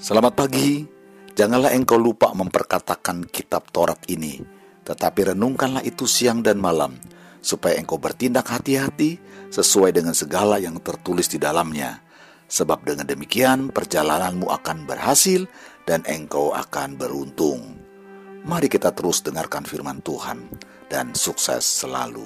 Selamat pagi. Janganlah engkau lupa memperkatakan kitab Taurat ini, tetapi renungkanlah itu siang dan malam, supaya engkau bertindak hati-hati sesuai dengan segala yang tertulis di dalamnya. Sebab dengan demikian perjalananmu akan berhasil dan engkau akan beruntung. Mari kita terus dengarkan firman Tuhan dan sukses selalu.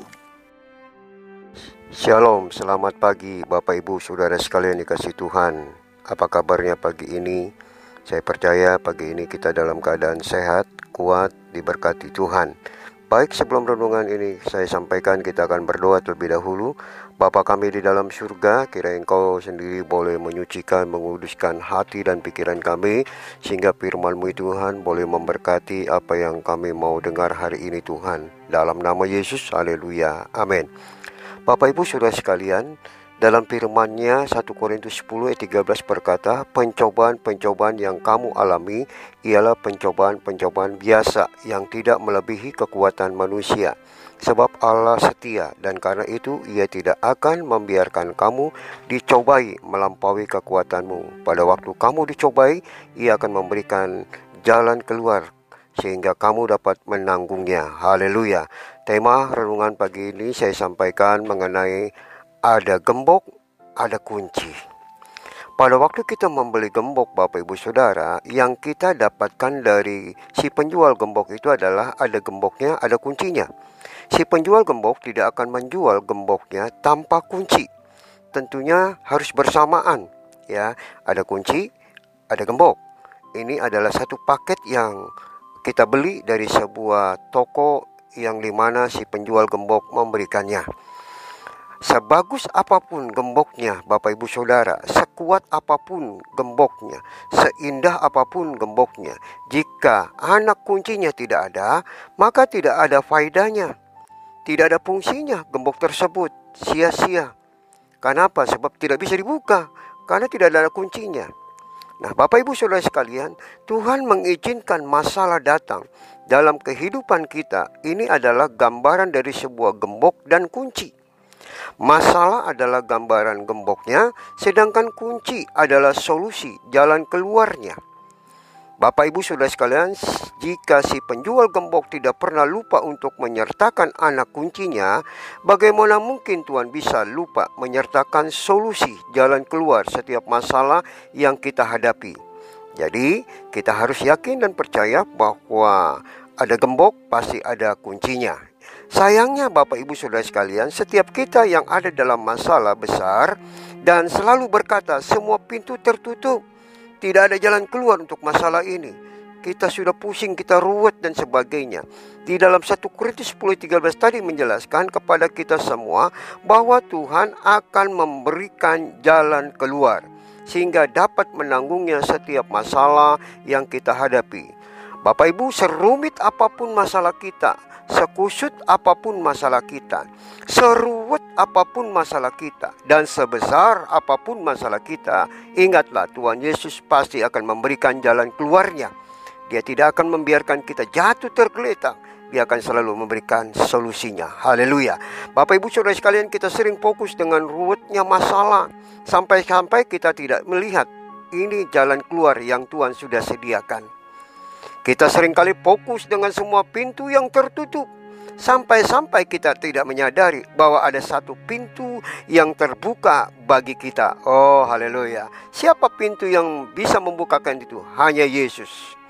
Shalom, selamat pagi Bapak Ibu Saudara sekalian dikasihi Tuhan. Apa kabarnya pagi ini? Saya percaya pagi ini kita dalam keadaan sehat, kuat, diberkati Tuhan. Baik, sebelum renungan ini saya sampaikan kita akan berdoa terlebih dahulu. Bapa kami di dalam surga, kiranya Engkau sendiri boleh menyucikan, menguduskan hati dan pikiran kami, sehingga firman-Mu Tuhan boleh memberkati apa yang kami mau dengar hari ini Tuhan. Dalam nama Yesus, haleluya, amin. Bapak Ibu Saudara sekalian, dalam firman-Nya 1 Korintus 10 ayat 13 berkata, pencobaan-pencobaan yang kamu alami ialah pencobaan-pencobaan biasa yang tidak melebihi kekuatan manusia. Sebab Allah setia dan karena itu Ia tidak akan membiarkan kamu dicobai melampaui kekuatanmu. Pada waktu kamu dicobai, Ia akan memberikan jalan keluar sehingga kamu dapat menanggungnya. Haleluya. Tema renungan pagi ini saya sampaikan mengenai ada gembok, ada kunci. Pada waktu kita membeli gembok Bapak Ibu Saudara, yang kita dapatkan dari si penjual gembok itu adalah ada gemboknya, ada kuncinya. Si penjual gembok tidak akan menjual gemboknya tanpa kunci. Tentunya harus bersamaan, ya. Ada kunci, ada gembok. Ini adalah satu paket yang kita beli dari sebuah toko yang dimana si penjual gembok memberikannya. Sebagus apapun gemboknya Bapak Ibu Saudara, sekuat apapun gemboknya, seindah apapun gemboknya, jika anak kuncinya tidak ada, maka tidak ada faedahnya, tidak ada fungsinya gembok tersebut, sia-sia. Kenapa? Sebab tidak bisa dibuka, karena tidak ada kuncinya. Nah, Bapak Ibu Saudara sekalian, Tuhan mengizinkan masalah datang dalam kehidupan kita. Ini adalah gambaran dari sebuah gembok dan kunci. Masalah adalah gambaran gemboknya, sedangkan kunci adalah solusi jalan keluarnya. Bapak Ibu Saudara sekalian, jika si penjual gembok tidak pernah lupa untuk menyertakan anak kuncinya, bagaimana mungkin Tuhan bisa lupa menyertakan solusi jalan keluar setiap masalah yang kita hadapi? Jadi, kita harus yakin dan percaya bahwa ada gembok pasti ada kuncinya. Sayangnya Bapak Ibu Saudara sekalian, setiap kita yang ada dalam masalah besar dan selalu berkata semua pintu tertutup, tidak ada jalan keluar untuk masalah ini. Kita sudah pusing, kita ruwet dan sebagainya. Di dalam 1 Korintus 10:13 tadi menjelaskan kepada kita semua bahwa Tuhan akan memberikan jalan keluar sehingga dapat menanggungnya setiap masalah yang kita hadapi. Bapak Ibu, serumit apapun masalah kita, sekusut apapun masalah kita, seruwet apapun masalah kita, dan sebesar apapun masalah kita, ingatlah Tuhan Yesus pasti akan memberikan jalan keluarnya. Dia tidak akan membiarkan kita jatuh tergeletak. Dia akan selalu memberikan solusinya. Haleluya. Bapak Ibu Saudara sekalian, kita sering fokus dengan ruwetnya masalah, sampai-sampai kita tidak melihat ini jalan keluar yang Tuhan sudah sediakan. Kita seringkali fokus dengan semua pintu yang tertutup, sampai-sampai kita tidak menyadari bahwa ada satu pintu yang terbuka bagi kita. Oh, haleluya. Siapa pintu yang bisa membukakan itu? Hanya Yesus.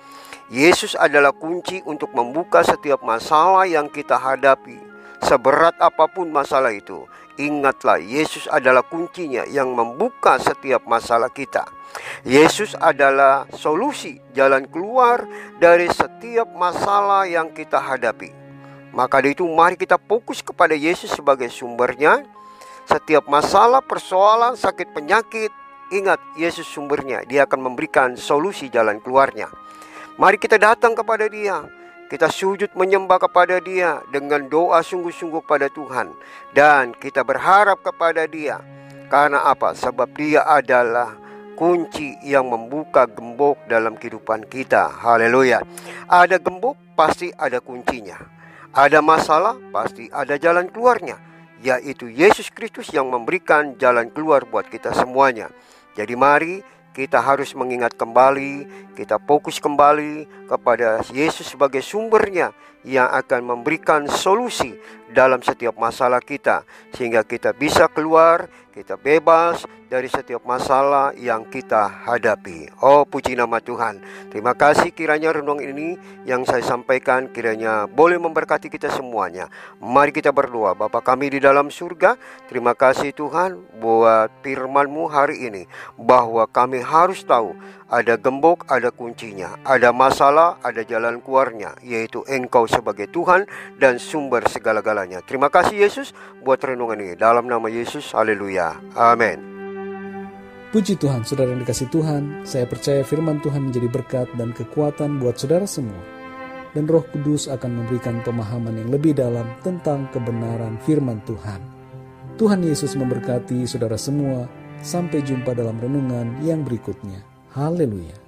Yesus adalah kunci untuk membuka setiap masalah yang kita hadapi. Seberat apapun masalah itu, ingatlah Yesus adalah kuncinya yang membuka setiap masalah kita. Yesus adalah solusi jalan keluar dari setiap masalah yang kita hadapi. Maka dari itu mari kita fokus kepada Yesus sebagai sumbernya. Setiap masalah, persoalan, sakit, penyakit, ingat Yesus sumbernya. Dia akan memberikan solusi jalan keluarnya. Mari kita datang kepada Dia. Kita sujud menyembah kepada Dia dengan doa sungguh-sungguh pada Tuhan. Dan kita berharap kepada Dia. Karena apa? Sebab Dia adalah kunci yang membuka gembok dalam kehidupan kita. Haleluya. Ada gembok, pasti ada kuncinya. Ada masalah, pasti ada jalan keluarnya, yaitu Yesus Kristus yang memberikan jalan keluar buat kita semuanya. Jadi mari kita harus mengingat kembali, kita fokus kembali kepada Yesus sebagai sumbernya yang akan memberikan solusi dalam setiap masalah kita, sehingga kita bisa keluar, kita bebas dari setiap masalah yang kita hadapi. Oh, puji nama Tuhan. Terima kasih kiranya renungan ini yang saya sampaikan kiranya boleh memberkati kita semuanya. Mari kita berdoa. Bapa kami di dalam surga, terima kasih Tuhan buat firman-Mu hari ini, bahwa kami harus tahu ada gembok, ada kuncinya, ada masalah, ada jalan keluarnya, yaitu Engkau sebagai Tuhan dan sumber segala-galanya. Terima kasih Yesus buat renungan ini. Dalam nama Yesus, haleluya. Amin. Puji Tuhan, saudara yang dikasih Tuhan, saya percaya firman Tuhan menjadi berkat dan kekuatan buat saudara semua. Dan Roh Kudus akan memberikan pemahaman yang lebih dalam tentang kebenaran firman Tuhan. Tuhan Yesus memberkati saudara semua. Sampai jumpa dalam renungan yang berikutnya. Haleluya.